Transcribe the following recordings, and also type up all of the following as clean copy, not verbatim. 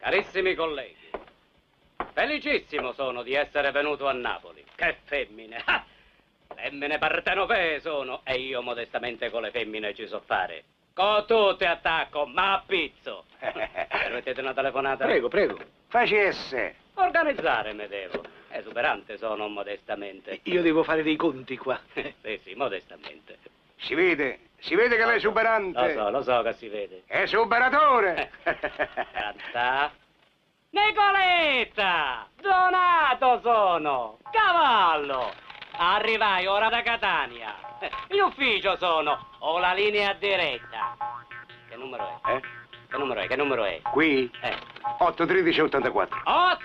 Carissimi colleghi, felicissimo sono di essere venuto a Napoli. Che femmine! Ah! Femmine partenopee sono, e io modestamente con le femmine ci so fare. Con tutte attacco, ma a pizzo. Permettete una telefonata? Prego, prego. Facesse. Organizzare me devo. Esuberante sono modestamente. Io devo fare dei conti qua. Sì, modestamente. Si vede che lei è esuberante. Lo so che si vede. Esuberatore. Grazie. Nicoletta! Donato sono! Cavallo! Arrivai ora da Catania. In ufficio sono. Ho la linea diretta. Che numero è? Che numero è? Qui? 81384.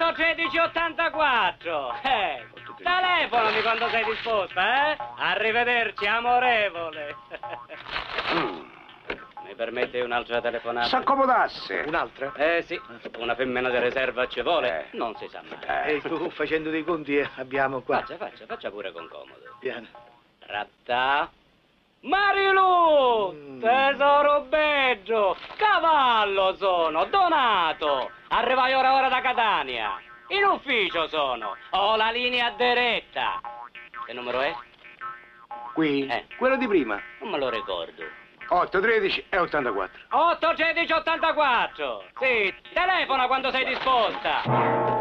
81384! Telefonami quando sei disposta, eh? Arrivederci, amorevole. Mi permette un'altra telefonata? S'accomodasse. Un'altra? Sì, una femmina di riserva ci vuole, non si sa mai. E tu, facendo dei conti, abbiamo qua. Faccia pure con comodo. Piano. Ratta. Marilu! Tesoro bello! Cavallo sono! Donato! Arrivai ora da Catania! In ufficio sono! Ho la linea diretta! Che numero è? Qui? Quello di prima. Non me lo ricordo. 813 e 84. 81384! Sì, telefona quando sei disposta!